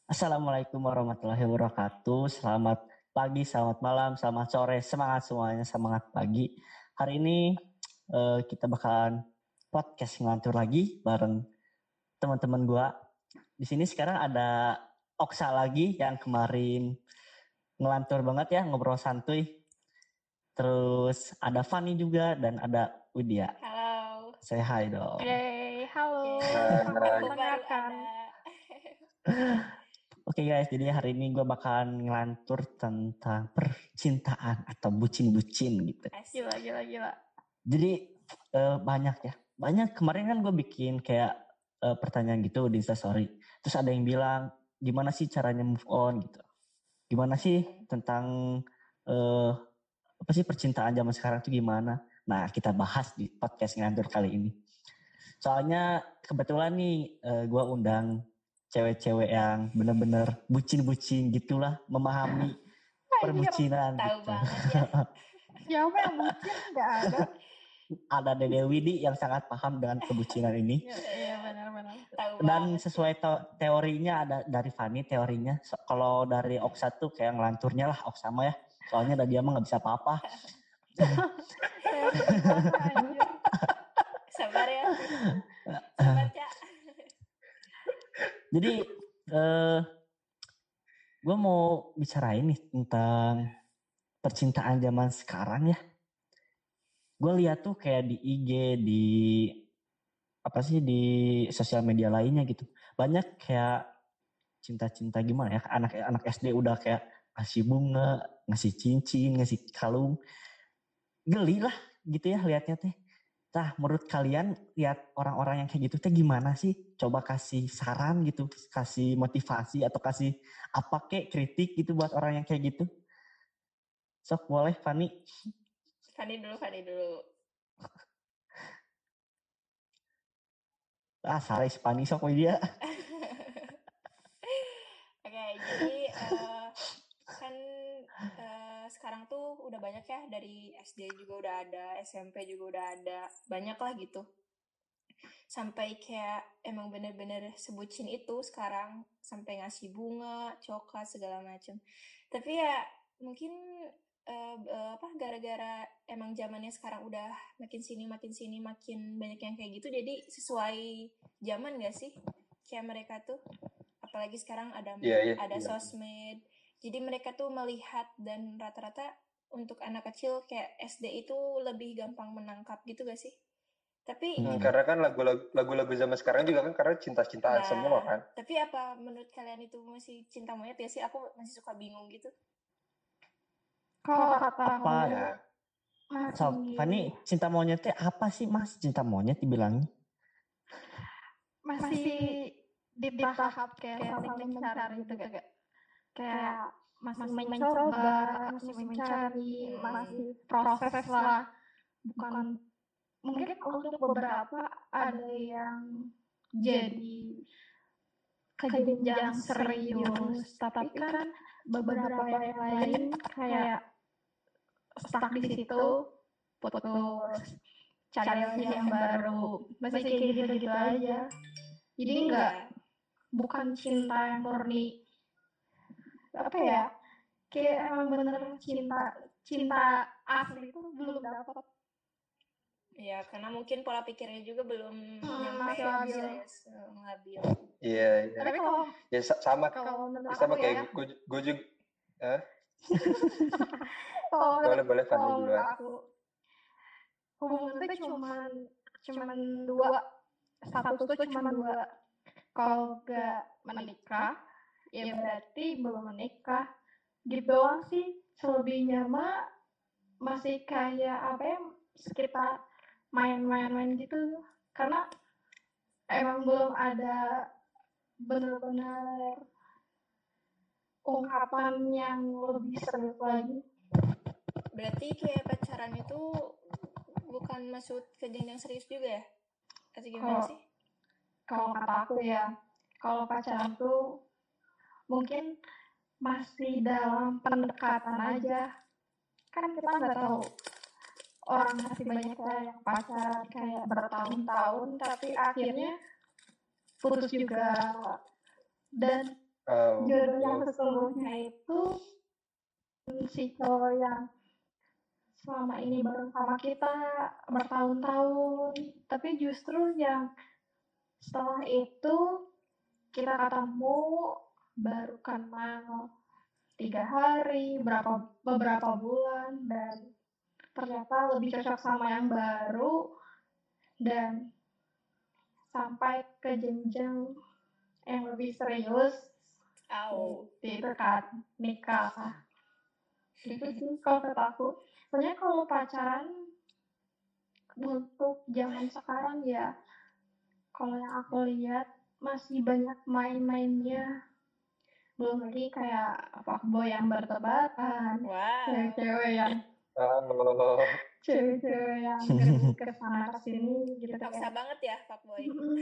Assalamualaikum warahmatullahi wabarakatuh. Selamat pagi, selamat malam, selamat sore, semangat semuanya, semangat pagi. Hari ini kita bakalan podcast ngelantur lagi bareng teman-teman gua. Di sini sekarang ada Oksa lagi yang kemarin ngelantur banget ya, ngobrol santuy. Terus ada Fanny juga dan ada Widya. Halo. Say hi dong. Halo. Selamat mendengarkan. Oke guys, jadi hari ini gue bakalan ngelantur tentang percintaan atau bucin-bucin gitu. Gila. Jadi banyak ya. Banyak kemarin kan gue bikin kayak pertanyaan gitu di Instastory. Terus ada yang bilang gimana sih caranya move on gitu. Gimana sih tentang apa sih percintaan zaman sekarang tuh gimana. Nah kita bahas di podcast ngelantur kali ini. Soalnya kebetulan nih gue undang cewek-cewek yang bener-bener bucin-bucin gitulah, memahami perbucinan Tahu gitu. banget ya. Siapa yang bucin? Gak ada. Ada Dede Widi yang sangat paham dengan kebucinan ini. Iya benar-benar. Dan sesuai teorinya ada dari Fanny teorinya. Kalau dari Oksa tuh kayak ngelanturnya lah Oksa mah ya. Soalnya dia mah nggak bisa apa-apa. Sabar ya. Sabar Cak. Jadi gue mau bicarain nih tentang percintaan zaman sekarang ya. Gue lihat tuh kayak di IG, di apa sih di sosial media lainnya gitu. Banyak kayak cinta-cinta gimana ya, anak SD udah kayak ngasih bunga, ngasih cincin, ngasih kalung. Geli lah gitu ya liatnya teh. Nah, menurut kalian lihat orang-orang yang kayak gitu teh gimana sih? Coba kasih saran gitu, kasih motivasi atau kasih apa kek kritik gitu buat orang yang kayak gitu. Sok boleh Fanny. Fanny dulu. Salah Fanny sok dia. Oke, jadi kan sekarang tuh udah banyak ya, dari SD juga udah ada, SMP juga udah ada, banyak lah gitu. Sampai kayak emang bener-bener sebucin itu sekarang, sampai ngasih bunga, coklat segala macem. Tapi ya mungkin gara-gara emang zamannya sekarang udah makin sini makin banyak yang kayak gitu, jadi sesuai zaman gak sih kayak mereka tuh, apalagi sekarang ada sosmed, jadi mereka tuh melihat, dan rata-rata untuk anak kecil kayak SD itu lebih gampang menangkap gitu gak sih? Tapi karena kan lagu-lagu zaman sekarang juga kan karena cinta-cintaan semua kan. Tapi apa menurut kalian itu masih cinta monyet ya sih? Aku masih suka bingung gitu. Kalau kata apa ya? So, Fanny, cinta monyetnya apa sih mas? Cinta monyet dibilangnya? Masih di tahap kayak saling mencari gitu gak? Kayak masih mencoba, masih mencari, masih proses lah. Bukan, mungkin untuk beberapa ada yang jadi ke jenjang serius, tapi kan beberapa yang lain kayak stuck di situ, putus, cari lagi yang baru, masih kayak gitu aja. Jadi bukan cinta yang murni, apa ya, kayak emang bener cinta asli itu belum dapat. Ya, karena mungkin pola pikirnya juga belum nyampe, labil. Iya. Tapi kalau ya sama kayak gue juga. Boleh Fanny duluan. Hubungan itu cuman dua, status tuh cuman dua. Kalau gak menikah, ya berarti belum menikah. Gitu doang sih. Selebihnya mah masih kayak apa ya, sekitar main-main gitu. Karena emang belum ada benar-benar ungkapan yang lebih serius lagi. Berarti kayak pacaran itu bukan masuk ke jenjang serius juga ya? Atau gimana sih? Kalau kata aku ya, kalau pacaran tuh mungkin masih dalam pendekatan aja. Kan kita nggak tahu orang masih banyak yang pacaran kayak bertahun-tahun, tapi akhirnya putus juga. Dan Jodoh yang sesungguhnya itu si cowok yang selama ini bareng sama kita bertahun-tahun, tapi justru yang setelah itu kita ketemu baru kenal 3 hari, beberapa bulan, dan ternyata lebih cocok sama yang baru, dan sampai ke jenjang yang lebih serius. Itu kan nikah. Itu sih kalau kata aku. Soalnya kalau pacaran untuk zaman sekarang ya, kalau yang aku lihat masih banyak main-mainnya. Belum lagi kayak fuckboy yang bertebakan, cewek-cewek yang cewek-cewek yang genit kesana kesini gitu. Maksa banget ya fuckboy.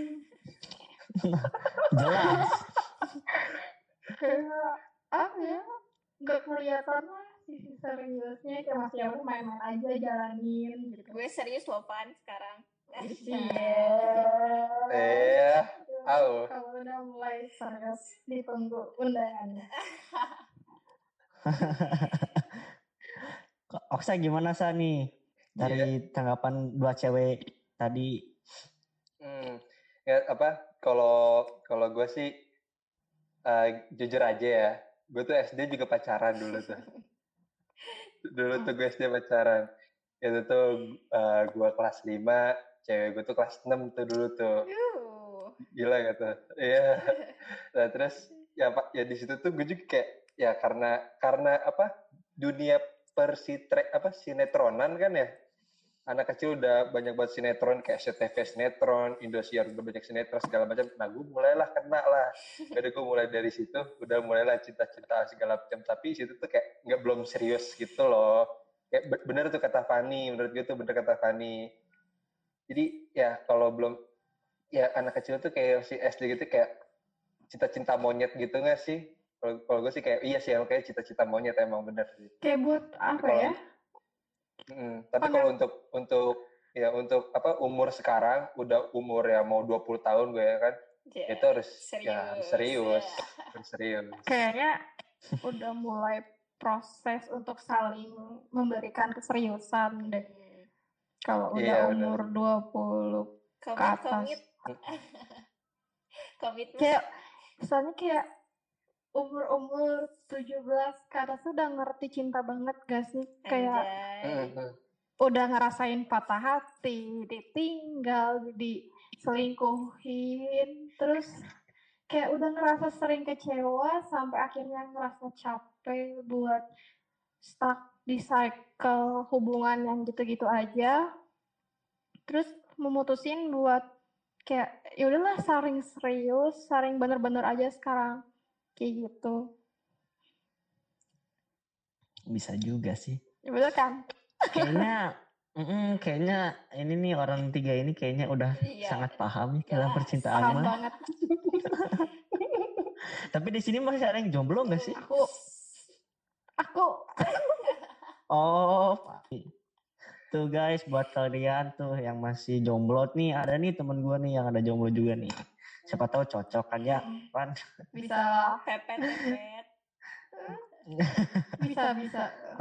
Jelas. Kayak apa ya, nggak kelihatan lah sisi seriusnya, kayak masih ya udah main-main aja, jalanin gitu. Gue serius loh Pan sekarang. Kalau udah mulai serius ditunggu undangannya. Oksa gimana Sa nih dari tanggapan dua cewek tadi? Ya apa, kalau gue sih jujur aja ya, gue tuh SD juga pacaran dulu tuh. Gue SD pacaran. Itu tuh gue kelas 5, cewek gue tuh kelas 6 tuh dulu tuh. Gila gak tuh? Iya. Nah terus ya di situ tuh gue juga kayak ya karena apa, dunia sinetronan kan ya. Anak kecil udah banyak banget sinetron, kayak SCTV sinetron, Indosiar udah banyak sinetron segala macam. Nah gue mulailah kena lah. Jadi gue mulai dari situ, udah mulailah cinta-cinta segala macam. Tapi situ tuh kayak belum serius gitu loh. Kayak bener tuh kata Fani, menurut gue tuh bener kata Fani. Jadi ya kalau belum, ya anak kecil tuh kayak si SD gitu kayak cinta-cinta monyet gitu nggak sih? Kalau gue sih kayak iya sih, kayak cita-cita monyet emang bener sih. Kayak buat apa ya? Tapi kalau untuk apa, umur sekarang udah umur ya mau 20 tahun gue ya kan, itu harus serius. Kayaknya udah mulai proses untuk saling memberikan keseriusan deh. Kalau udah umur 20 ke atas. Komitmen. Kayak misalnya kayak umur 17 ke atas udah ngerti cinta banget gak sih? Kayak udah ngerasain patah hati, ditinggal, diselingkuhin, terus kayak udah ngerasa sering kecewa sampai akhirnya ngerasa capek buat stuck di cycle hubungan yang gitu-gitu aja. Terus memutusin buat kayak ya udahlah, saling serius, saling bener-bener aja sekarang. Kayak gitu. Bisa juga sih. Ya betul kan? Kayaknya ini nih orang tiga ini kayaknya udah sangat paham nih dalam percintaan. Paham banget. Tapi di sini masih ada yang jomblo nggak sih? Aku. Oh, tuh guys, buat kalian tuh yang masih jomblo nih, ada nih temen gue nih yang ada jomblo juga nih. Siapa tahu cocok kan ya, Pan? Bisa pepet. bisa.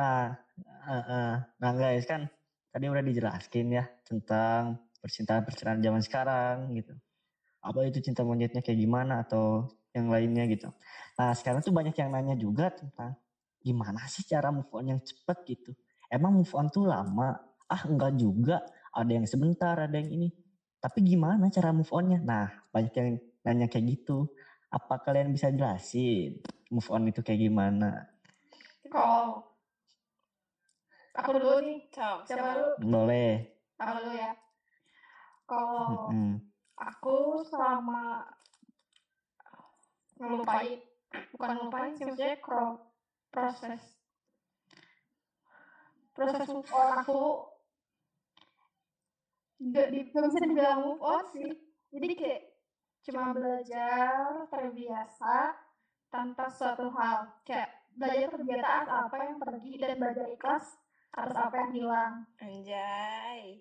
Nah guys, kan tadi udah dijelaskin ya tentang percintaan zaman sekarang gitu. Apa itu cinta monyetnya kayak gimana atau yang lainnya gitu. Nah sekarang tuh banyak yang nanya juga tentang gimana sih cara move on yang cepet gitu. Emang move on tuh lama? Enggak juga. Ada yang sebentar, ada yang ini. Tapi gimana cara move onnya? Nah banyak yang nanya kayak gitu. Apa kalian bisa jelasin move on itu kayak gimana? Aku dulu nih. Siapa dulu? Boleh. Aku dulu ya. Kalau aku selama bukan ngelupain sih, maksudnya proses move on aku gak bisa dibilang move on sih. Jadi kayak cuma belajar terbiasa tanpa suatu hal. Kayak belajar terbiasa atas apa yang pergi dan belajar ikhlas atas apa yang hilang. Anjay.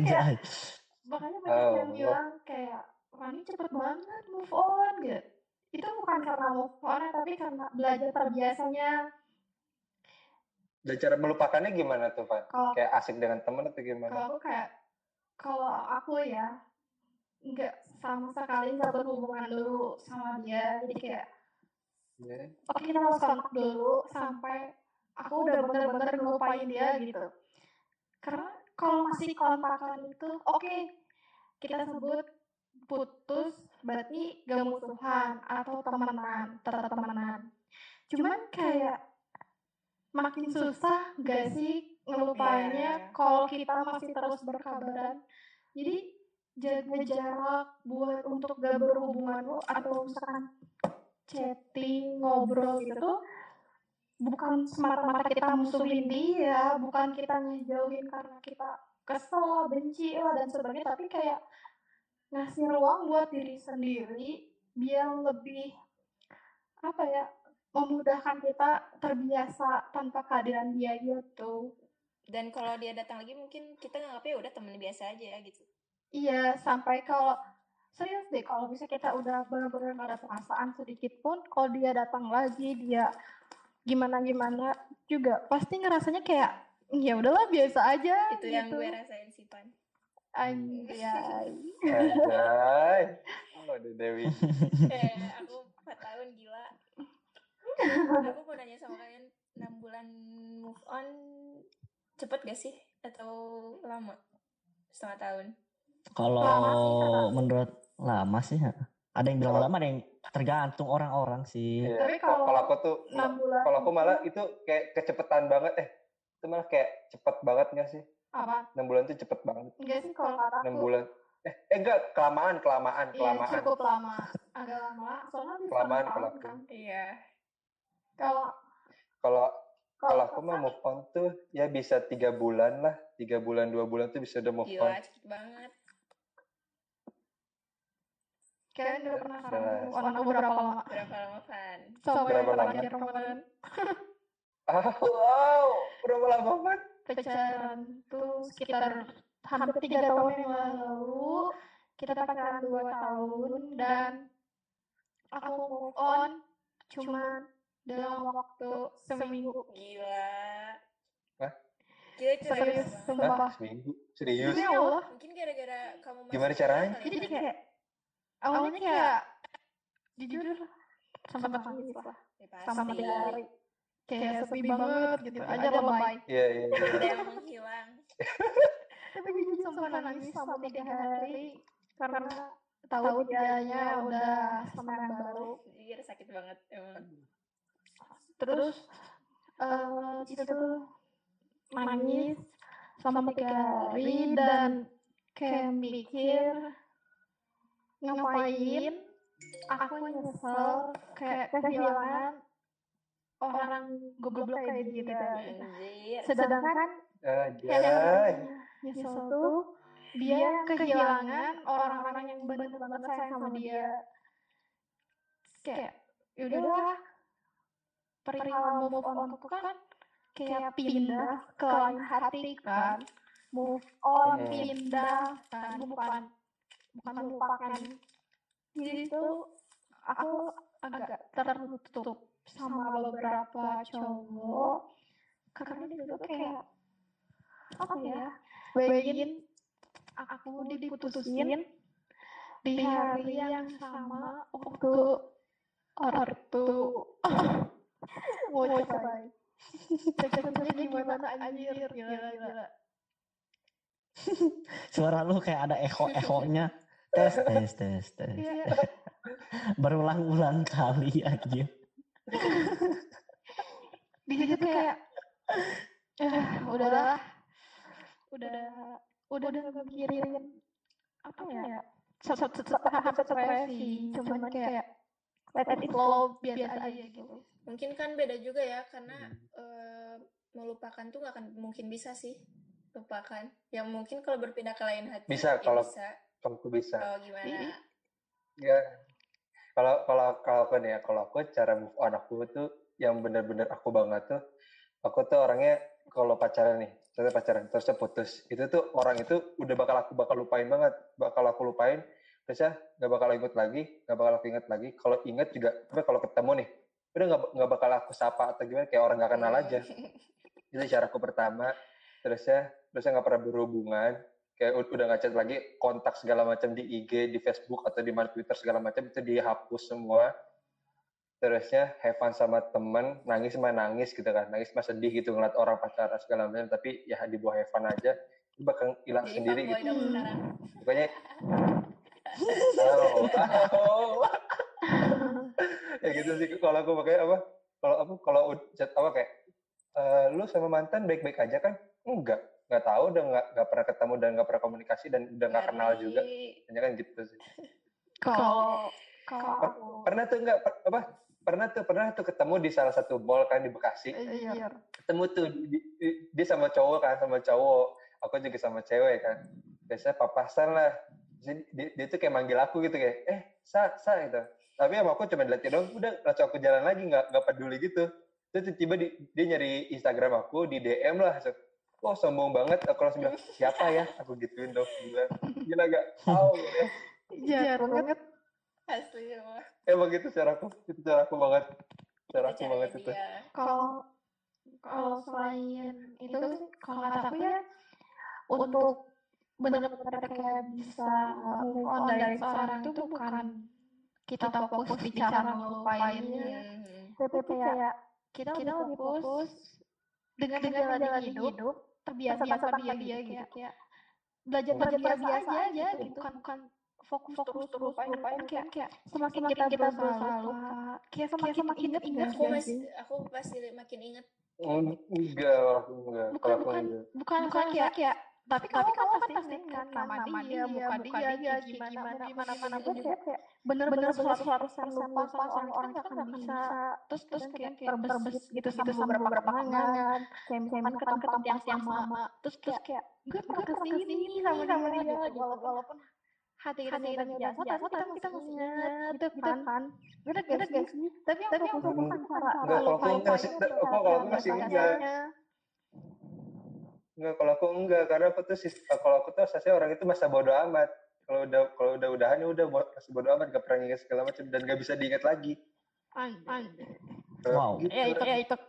Makanya banyak yang bilang kayak Rani cepet banget move on gitu. itu bukan karena move on, tapi karena belajar terbiasanya. Dan cara melupakannya gimana tuh, Van? Kayak asik dengan temen atau gimana? Kalau aku ya nggak sama sekali nggak berhubungan dulu sama dia, jadi kayak oke, kita harus kontak dulu sampai aku udah bener-bener ngelupain dia gitu. Karena kalau masih kontakan itu oke, kita sebut putus berarti gak musuhan atau temenan, tetap temenan. Cuman kayak makin susah gak sih ngelupainnya kalau kita masih terus berkabaran. Jadi jaga jarak buat untuk gak berhubungan atau misalkan chatting, ngobrol gitu tuh bukan semata-mata kita musuhin dia, bukan kita ngejauhin karena kita kesel, benci lah dan sebagainya, tapi kayak ngasih ruang buat diri sendiri biar lebih apa ya, memudahkan kita terbiasa tanpa kehadiran dia gitu. Dan kalau dia datang lagi mungkin kita nganggapnya udah temen biasa aja gitu. Iya, sampai kalau serius deh, kalau misalnya kita udah benar-benar gak ada perasaan sedikit pun, kalau dia datang lagi, dia gimana-gimana juga pasti ngerasanya kayak ya udahlah biasa aja. Itu gitu yang gue rasain sih, Pan. Anjay. Oh, Dewi. Aku 4 tahun gila. Aku mau nanya sama kalian, 6 bulan move on cepet gak sih? Atau lama? Setengah tahun? Kalau menurut lama sih, ada yang bilang lama, ada yang tergantung orang-orang sih. Iya. Tapi kalau aku tuh, kalau aku malah itu kayak kecepetan banget. Itu malah kayak cepet banget gak sih? Apa? 6 bulan tuh cepet banget. Enggak sih kalau kata aku. 6 bulan. Enggak, kelamaan. Iya, cukup lama. Agak lama. Soalnya kelamaan kalau aku. Kan? Iya. Kalau aku mah move on tuh ya bisa 3 bulan lah. 3 bulan, 2 bulan tuh bisa udah move on. Gila, cepet banget. Kalian udah pernah move on aku berapa lama? Berapa lama, Van? Berapa lama? Ramadan. Wow, berapa lama, Van? Pacaran tuh sekitar hampir 3 tahun yang lalu. Kita pacaran 2 tahun dan aku move on cuma dalam waktu seminggu. Gila. Hah? Gila, serius, sumpah. Seminggu? Serius? Ya Allah. Mungkin gara-gara kamu masih gimana caranya? Jadi kayak awalnya kayak jujur sama nangis lah. Sama 3 hari. Kayak sepi banget gitu, aja lebay. Iya. Ada yang menghilang. Tapi jujur sama nangis sama 3 hari karena tahu dianya udah sama yang baru. Iya, sakit banget emang. Terus itu tuh nangis sama 3 hari dan kayak mikir ngapain aku nyesel kayak kehilangan orang goblok kayak dia. Sedangkan nyesel tuh dia kehilangan orang-orang yang benar-benar sayang sama dia. Kayak yaudahlah, perihal move on tuh kan kayak pindah ke lain hati kan. Move on, pindah kan, bukan melupakan. Jadi tuh aku agak tertutup sama beberapa cowok karena dia tuh kayak apa ya, bayangin aku diputusin di hari yang sama waktu ortu mau cobain cek-ceknya gimana anjir, gila. Suara lu kayak ada echo-echonya. Tes. Berulang-ulang kali aja. Di situ kayak udah mikirin apa ya, stres sih, cuman kayak let it flow, biasa aja gitu. Mungkin kan beda juga ya, karena melupakan tuh gak akan mungkin bisa sih lupakan. Yang mungkin kalau berpindah ke lain hati bisa, ya kalau bisa. Kalau aku bisa. Oh, gimana? Ya. Kalau aku nih ya, kalau aku cara move on aku tuh yang benar-benar aku banget tuh, aku tuh orangnya kalau pacaran nih, terus putus, itu tuh orang itu udah bakal lupain banget, bakal aku lupain terusnya nggak bakal aku inget lagi. Kalau inget juga, tapi kalau ketemu nih, udah nggak bakal aku sapa atau gimana, kayak orang nggak kenal aja. Itu caraku pertama. Terusnya nggak pernah berhubungan, kayak udah nggak chat lagi, kontak segala macam di IG, di Facebook atau di Twitter segala macam itu dihapus semua. Terusnya have fun sama temen, nangis gitu kan, nangis mah sedih gitu ngeliat orang pacaran segala macam, tapi ya dibawa have fun aja, itu bakal hilang sendiri gitu. Pokoknya ya gitu sih kalau aku pakai apa, kalau chat apa kayak lu sama mantan baik-baik aja kan? Nggak tahu, udah nggak pernah ketemu dan nggak pernah komunikasi dan udah nggak kenal juga, hanya kan gitu sih. Kalau pernah tuh ketemu di salah satu mall kan di Bekasi. Ketemu tuh dia sama cowok kan, aku juga sama cewek kan, biasanya papasan lah. Dia tuh kayak manggil aku gitu kayak sa gitu, tapi sama aku cuma diliatin doang, udah langsung aku jalan lagi, nggak peduli gitu. Terus tiba dia nyari Instagram aku, di DM lah, oh sombong banget, aku langsung bilang siapa ya, aku gituin dong, gila gak? Jahat banget. Asli mah. Emang gitu caraku banget. Caraku banget itu. Kalau selain itu sih, kalau kata aku ya, untuk benar-benar kayak bisa move on dari seorang itu bukan kita fokus di cara melupainnya, tapi kayak kita lebih fokus dengan menjalani hidup terbiasa tanpa dia gitu, kayak belajar biasa aja gitu, bukan fokus terus lupain kayak semakin kita berusaha lupa, kayak semakin inget aku pasti makin inget. Bukan kayak tapi kamu pasti inget kan nama dia, muka dia gimana kayak bener-bener 100% lupa sama orang itu kan bisa. Terus kayak terbesit gitu sama beberapa kenangan, kayak misalkan ke tempat yang sama, terus kayak gue pernah kesini sama dia gitu, walaupun hati kita biasa, tapi kita masih ingat gitu kan. Bener gak sih? Tapi yang bukan cara kalau aku masih kalau aku enggak, karena aku tuh asasnya orang itu masa bodo amat. Kalau udahan ya udah masa bodo amat, gak pernah ingat segala macam dan gak bisa diingat lagi. Wow. Gitu. Ya itu.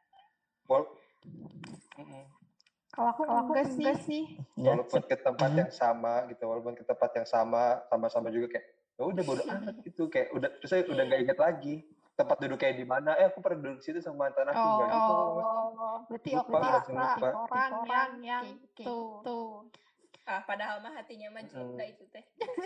Kalau aku enggak sih. Walaupun ke tempat yang sama gitu, sama-sama juga kayak ya udah bodo amat gitu, kayak udah nggak ingat lagi tempat duduk kayak di mana. Aku pernah duduk situ sama mantan aku, nggak gitu. Berarti aku orang yang gitu. Padahal mah hatinya mah jelek itu teh.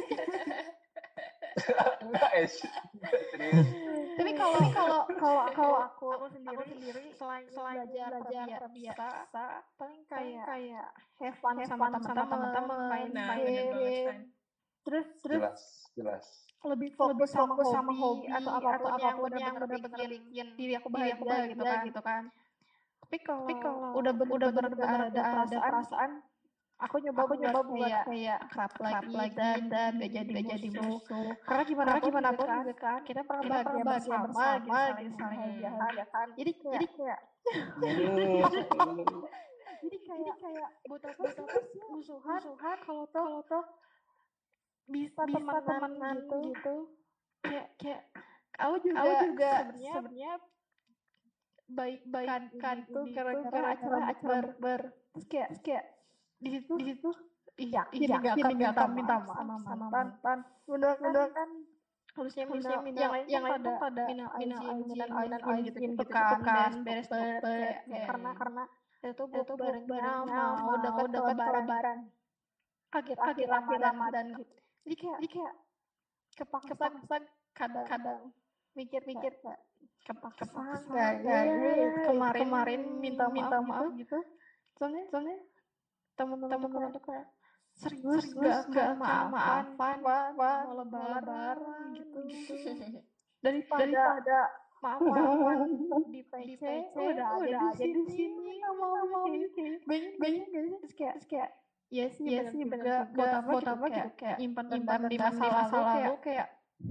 Tapi kalau aku sendiri selain belajar terbiasa, paling kayak have fun sama teman-teman, main game. Terus jelas. Lebih fokus sama hobi atau apapun yang benar-benar bikin diri aku bahagia gitu kan. Tapi kalau udah benar-benar ada perasaan, aku nyoba buat kayak akrab lagi dan gak jadi musuh. Karena gimana pun juga kan kita pernah bahagia bersama gitu, saling bahagia kan. Jadi kayak buat apa sih musuhan kalau toh bisa temenan gitu. Kayak aku juga sebenarnya baik itu gara-gara acara ber. Terus kayak di situ yakin nggak akan minta maaf sama mantan. Bener kan harusnya yang lain pada minal izin gitu kan, beres karena itu barengnya mau dekat lebaran akhir Ramadan gitu. Jadi kayak kepaksa kadang mikir kayak kepaksa nggak ya kemarin minta maaf gitu. Soalnya teman-teman itu kayak serius nggak maafan mau lebaran gitu. Daripada maafan di PC udah aja di sini nggak mau banyak terus kayak ya sih bener buat apa gitu, kayak nyimpan di masa lalu kayak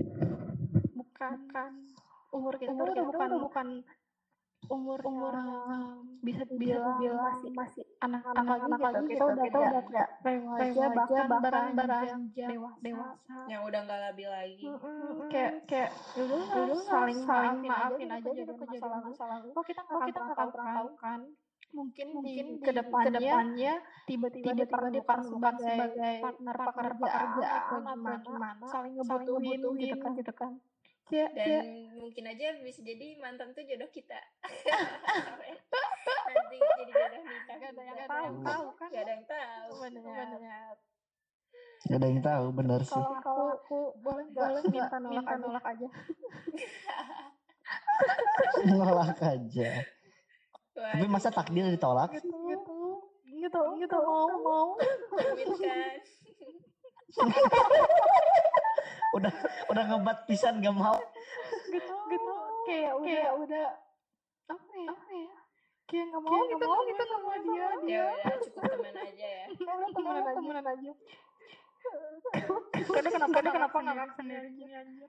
bukan umur kita udah bukan umur yang bisa dibilang masih anak-anak lagi gitu kita udah kayak remaja bahkan beranjak dewasa yang udah nggak labil lagi. Kayak dulu saling maafin aja jadi masa lalu. Kita nggak akan tahu kan mungkin di kedepannya tiba-tiba diperlukan sebagai partner pekerjaan atau gimana saling ngebutuhin gitu kan. Dan mungkin aja bisa jadi mantan tuh jodoh kita. Nanti jadi jodoh nikah. Gak ada yang tahu kan. Gak ada yang tahu. Benar. Gak ada yang tahu, benar sih. Kalau aku boleh minta nolak aja. Nolak aja. Tapi masa takdir ditolak? Gitu mau. Kan. udah ngebat pisan gak mau. Gitu. Kayak udah apa ya? Kayak nggak mau sama dia. Ya udah cukup teman aja ya. Temenan aja. Kenapa nggak sendiri gini aja?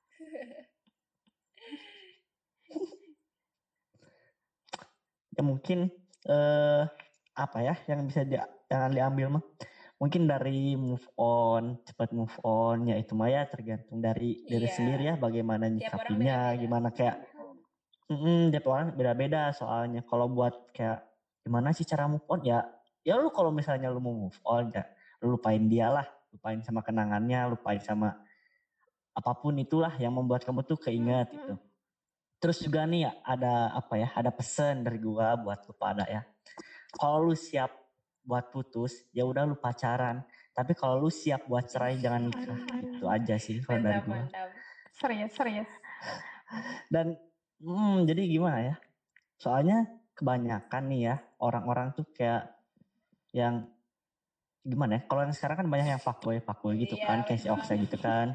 Ya mungkin apa ya yang bisa jangan diambil mah. Mungkin dari cepat move on ya itu mah ya tergantung dari diri sendiri ya bagaimana nyikapinya, gimana kayak tiap orang beda-beda soalnya. Kalau buat kayak gimana sih cara move on ya lu kalau misalnya lu mau move on ya lu lupain dia lah, lupain sama kenangannya, lupain sama apapun itulah yang membuat kamu tuh keinget gitu. Terus juga nih ya ada pesan dari gua buat lu pada ya. Kalau lu siap buat putus ya udah lu pacaran, tapi kalau lu siap buat cerai jangan nikah. Itu aja sih kalau dari gua. Serius. Dan jadi gimana ya, soalnya kebanyakan nih ya orang-orang tuh kayak yang gimana ya, kalau yang sekarang kan banyak yang fuckboy gitu kan, kayak si Oksa gitu kan.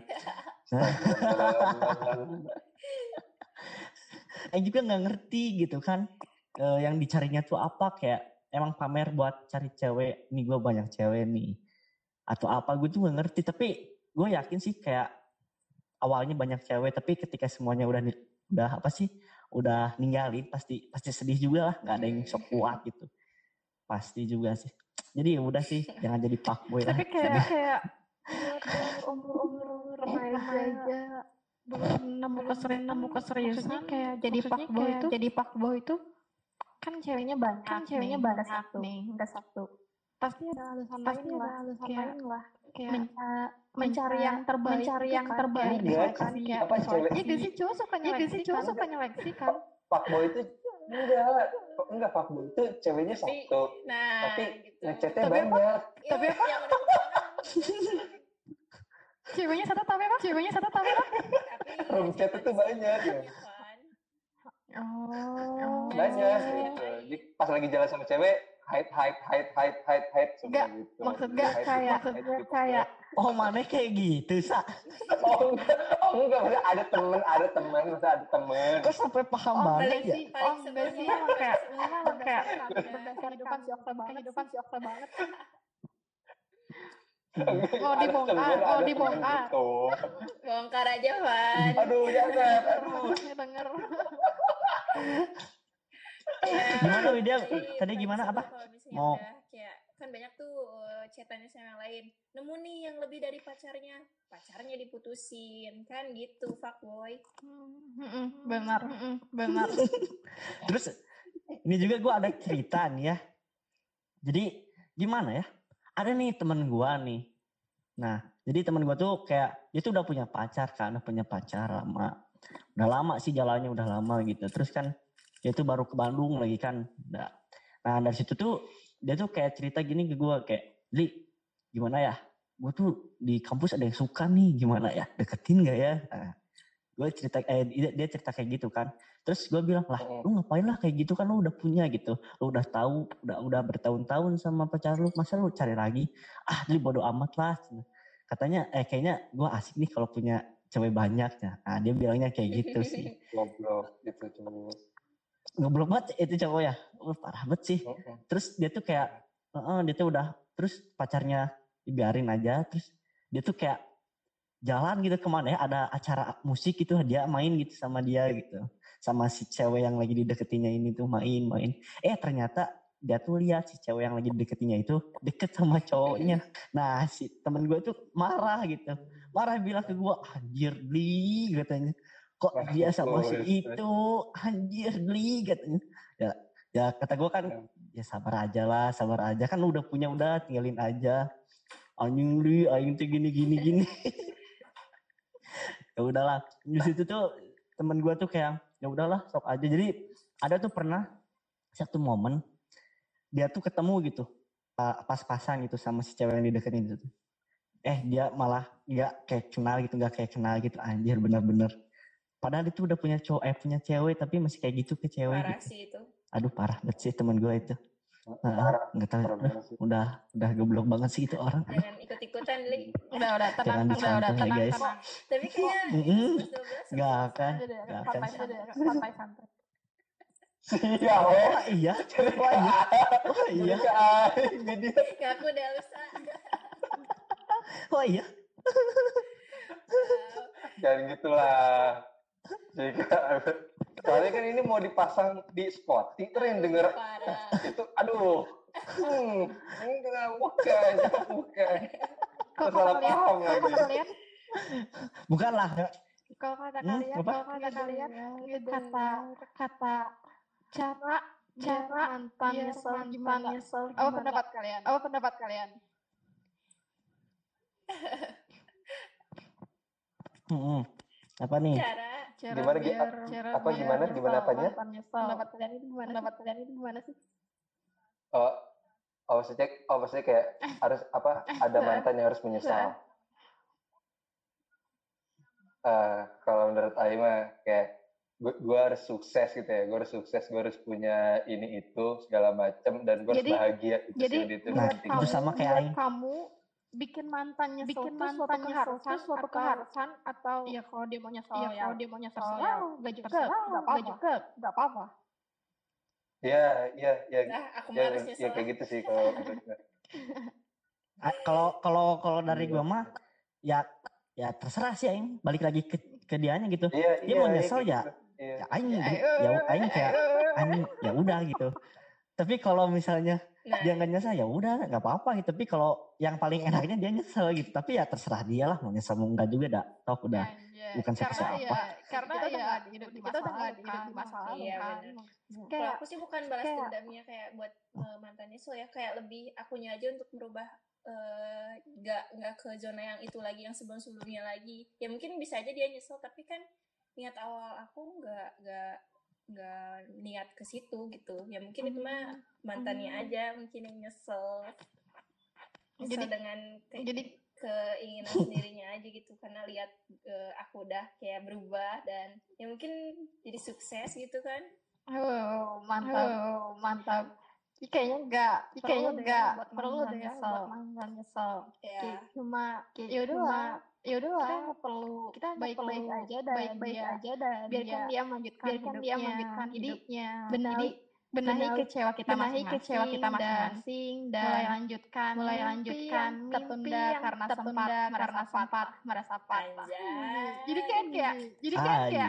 Juga nggak ngerti gitu kan yang dicarinya tuh apa, kayak emang pamer buat cari cewek, nih gue banyak cewek nih atau apa, gue tuh nggak ngerti. Tapi gue yakin sih kayak awalnya banyak cewek, tapi ketika semuanya udah ninggalin pasti sedih juga lah, nggak ada yang sok kuat gitu, pasti juga sih. Jadi udah sih jangan jadi fuckboy lah. Tapi kayak umur remaja belum nemu keseriusan kayak jadi fuckboy itu kan ceweknya banyak nggak satu pasti ada alasan lain lah kayak mencari yang terbaik kan kayak sih cowok suka nyeleksi kan. Fuckboy itu enggak fuckboy itu ceweknya satu tapi gitu. ngechatnya banyak. Tapi apa? Ceweknya satu tapi apa? Room chat itu banyak ya. Banyak gitu. Jadi pas lagi jalan sama cewek, hide semua gitu. Maksudnya kayak mana kayak gitu, Sa? enggak, maksudnya ada temen. Kok sampai paham banget ya? Enggak sih, kayak kehidupan si Okta banget. Mau dibongkar. Bongkar aja, Van. Aduh, jangan. Denger. Gimana Widya? Tadi gimana apa? Mau kayak kan banyak tuh chatannya sama yang lain. Nemu nih yang lebih dari pacarnya diputusin kan gitu, fuckboy. Benar. Terus ini juga gue ada cerita nih ya. Jadi gimana ya? Ada nih teman gue nih. Nah, jadi teman gue tuh kayak dia tuh udah punya pacar lama. Udah lama sih jalannya, udah lama gitu. Terus kan dia tuh baru ke Bandung lagi kan. Nah dari situ tuh dia tuh kayak cerita gini ke gue kayak, Li, gimana ya? Gue tuh di kampus ada yang suka nih, gimana ya? Deketin gak ya? Nah, gue cerita dia cerita kayak gitu kan. Terus gue bilang, lah lu ngapain lah kayak gitu kan, lu udah punya gitu, lu udah tahu, udah bertahun-tahun sama pacar lu, masa lu cari lagi? Jadi bodo amat lah. Katanya kayaknya gue asik nih kalau punya cewek banyak ya. Nah dia bilangnya kayak gitu sih. Goblok itu cowok. Goblok banget itu cowok ya, parah banget sih. Terus dia tuh kayak dia tuh udah, terus pacarnya dibiarin aja, terus dia tuh kayak jalan gitu kemana ya, ada acara musik gitu, dia main gitu sama dia gitu, sama si cewek yang lagi dideketinnya ini tuh main. Ternyata dia tuh lihat si cewek yang lagi deketinnya itu deket sama cowoknya. Nah si temen gue tuh marah gitu, bilang ke gue, anjir Li katanya, kok dia sama si itu, anjir Li katanya. Ya kata gue kan, ya sabar aja kan udah punya, udah tinggalin aja. Anjing Li, aing tuh gini. Ya udahlah, di situ tuh temen gue tuh kayak ya udahlah sok aja. Jadi ada tuh pernah satu momen dia tuh ketemu gitu pas-pasan gitu sama si cewek yang dideketin itu. Dia malah nggak kayak kenal gitu, anjir bener-bener. Padahal itu udah punya punya cewek tapi masih kayak gitu ke cewek. Parah gitu. Sih itu. Aduh parah banget sih teman gue itu. Nggak tahu, udah goblok banget sih itu orang. Jangan ikut-ikutan Li. Udah tenang, udah tenang guys. Tapi kayak nggak akan. Santai. Ya, iya. Ngaku udah usah. Iya. Jangan gitulah. Soalnya kan ini mau dipasang di Spotify, keren denger. Itu, aduh. Bukan. Kalau salah paham lagi. Bukanlah. Kalau kata kalian, kata cara mantan nyesel. Apa pendapat kalian? Apa nih? Cara gimana apanya? Pendapat kalian itu gimana sih? Maksudnya kayak harus ada mantan yang harus menyesal. Kalau menurut Aing mah kayak gue harus sukses gitu ya, gue harus punya ini itu segala macam dan gue harus bahagia itu. Jadi itu sama kayak Aing. Kamu bikin mantan nyesel suatu keharusan atau ya kalau dia mau nyesel ya nggak apa-apa. Ya, aku harus nyesel. Ya kayak gitu sih kalau menurut gue. Kalau dari gue mah ya terserah sih Aing, balik lagi ke dianya gitu. Dia mau nyesel ya. Ya Aing kayak Aing ya udah gitu. Tapi kalau misalnya dia nggak nyesel ya udah nggak apa-apa gitu. Tapi kalau yang paling enaknya dia nyesel gitu. Tapi ya terserah dia lah, mau nyesel mau enggak juga dah. Toh udah bukan siapa-siapa. Karena kita udah nggak hidup di masa lalu kan. Kalau aku sih bukan balas dendamnya kayak buat mantan nyesel ya, kayak lebih akunya aja untuk merubah nggak ke zona yang itu lagi, yang sebelumnya lagi. Ya mungkin bisa aja dia nyesel, tapi kan niat awal aku nggak niat ke situ gitu. Ya mungkin itu mah mantannya aja mungkin yang nyesel dengan keinginan sendirinya aja gitu, karena lihat aku udah kayak berubah dan ya mungkin jadi sukses gitu kan. Mantap. Kayaknya enggak perlu deh ya buat mantan nyesel. Cuma yaudahlah kita baik-baik aja dan biarkan dia melanjutkan hidupnya. Benahi kecewa kita masing-masing dan mulai lanjutkan ketunda karena sempat merasa patah. Jadi kayak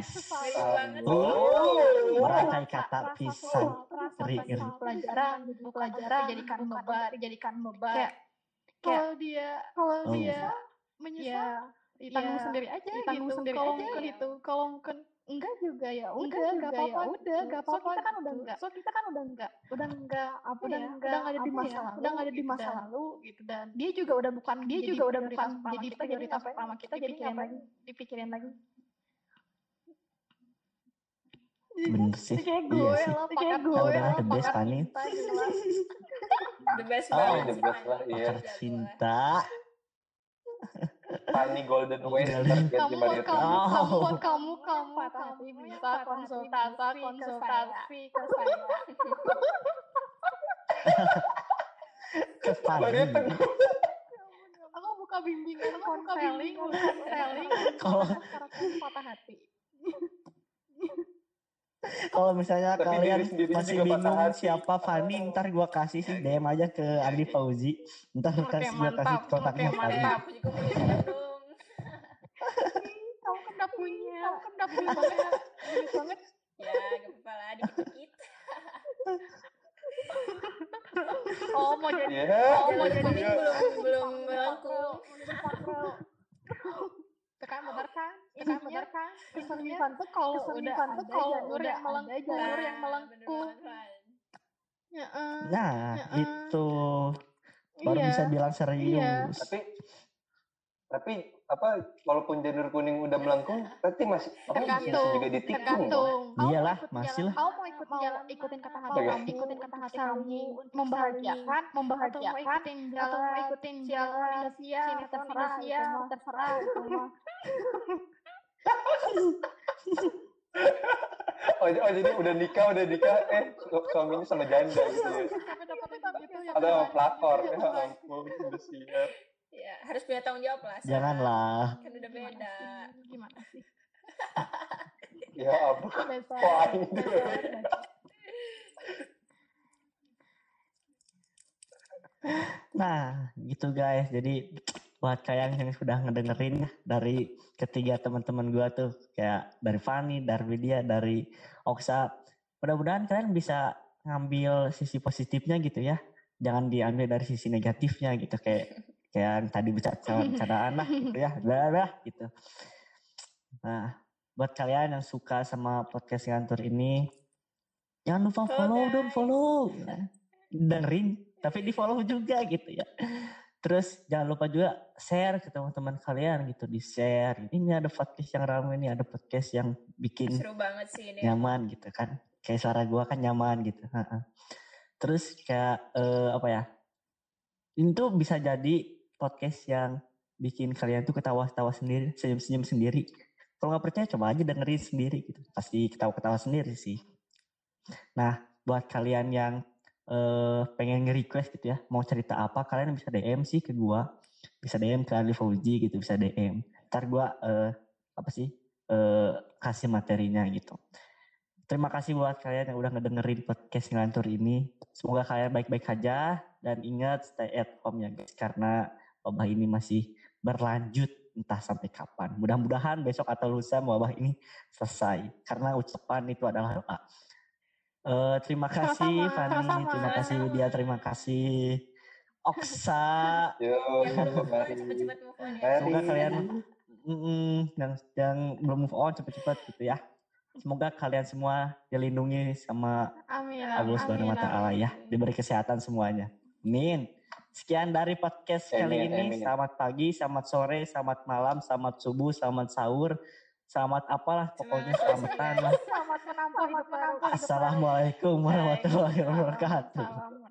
merangkai kata pisang pelajaran jadikan beban. Kalau dia menyesal tanggung sendiri aja gitu. Kalau mungkin enggak juga ya udah enggak apa-apa. So kita kan udah enggak ada di masa lalu gitu, dan dia juga udah bukan jadi prioritas pertama kita, jadi dipikirin lagi. Bener sih. Kayak gue udah the best Fani. The best lah, iya. Pakar cinta. Fani Golden Waste kamu patah hati bisa konsultasi ke saya. Ke Fani. Aku buka bimbingan konseling kalau patah hati. Kalau misalnya kalian masih bingung siapa Fani, ntar gue kasih sih DM aja ke Andi Fauzi. Ntar gue kasih kontaknya Fani. Aku juga punya dia dong. Kamu kan udah punya banget. Ya gak apa-apa lah, dikit-dikit. mau jadi belum melengkung. Tekan benar kan? Kesulitan tuh kalau udah ada jalur yang melengkung. Nah, itu baru bisa bilang serius. Tapi apa walaupun janur kuning udah melengkung, berarti masih juga ditikung. Iyalah, masih lah. Kamu mau ikutin kata hati kamu membahagiakan atau mau ikutin jalan sia terserah itu mah. Oh jadi udah nikah suaminya sama janda gitu ya. Ada pelakor ya ampun udah siap. Ya, harus punya tanggung jawab lah. Janganlah. Kan udah beda. Gimana sih? Ya ampun. Fine. Nah, gitu guys. Jadi buat kalian yang sudah ngedengerin dari ketiga teman-teman gue tuh, kayak dari Fanny, dari Widya, dari Oksa, mudah-mudahan kalian bisa ngambil sisi positifnya gitu ya. Jangan diambil dari sisi negatifnya gitu, kayak yang tadi bercandaan lah gitu ya, blah gitu. Nah, buat kalian yang suka sama podcast ngantur ini, jangan lupa follow, dengerin, tapi di follow juga gitu ya. Terus jangan lupa juga share ke teman-teman kalian gitu, di share. Ini ada podcast yang ramai nih, ada podcast yang bikin seru banget sih ini. Nyaman gitu kan, kayak suara gua kan nyaman gitu. Terus kayak apa ya? Ini tuh bisa jadi podcast yang bikin kalian tuh ketawa-ketawa sendiri, senyum-senyum sendiri. Kalau nggak percaya coba aja dengerin sendiri gitu. Pasti ketawa-ketawa sendiri sih. Nah, buat kalian yang pengen nge-request gitu ya, mau cerita apa, kalian bisa DM sih ke gua. Bisa DM ke Ali Fauzi gitu, bisa DM. Ntar gua kasih materinya gitu. Terima kasih buat kalian yang udah ngedengerin podcast ngelantur ini. Semoga kalian baik-baik aja. Dan ingat stay at home ya guys. Karena wabah ini masih berlanjut entah sampai kapan. Mudah-mudahan besok atau lusa wabah ini selesai. Karena ucapan itu adalah doa. Terima kasih Fanny, terima kasih Widya, terima kasih Oksa. Cepet-cepet move on ya. Semoga kalian yang belum move on cepet-cepet gitu ya. Semoga kalian semua dilindungi sama Allah Subhanahu wa Ta'ala ya. Diberi kesehatan semuanya. Amin. Sekian dari podcast kali ini. Selamat pagi, selamat sore, selamat malam, selamat subuh, selamat sahur, selamat apalah pokoknya selamatan lah. Selamat menampung hidup baru. Assalamualaikum warahmatullahi wabarakatuh.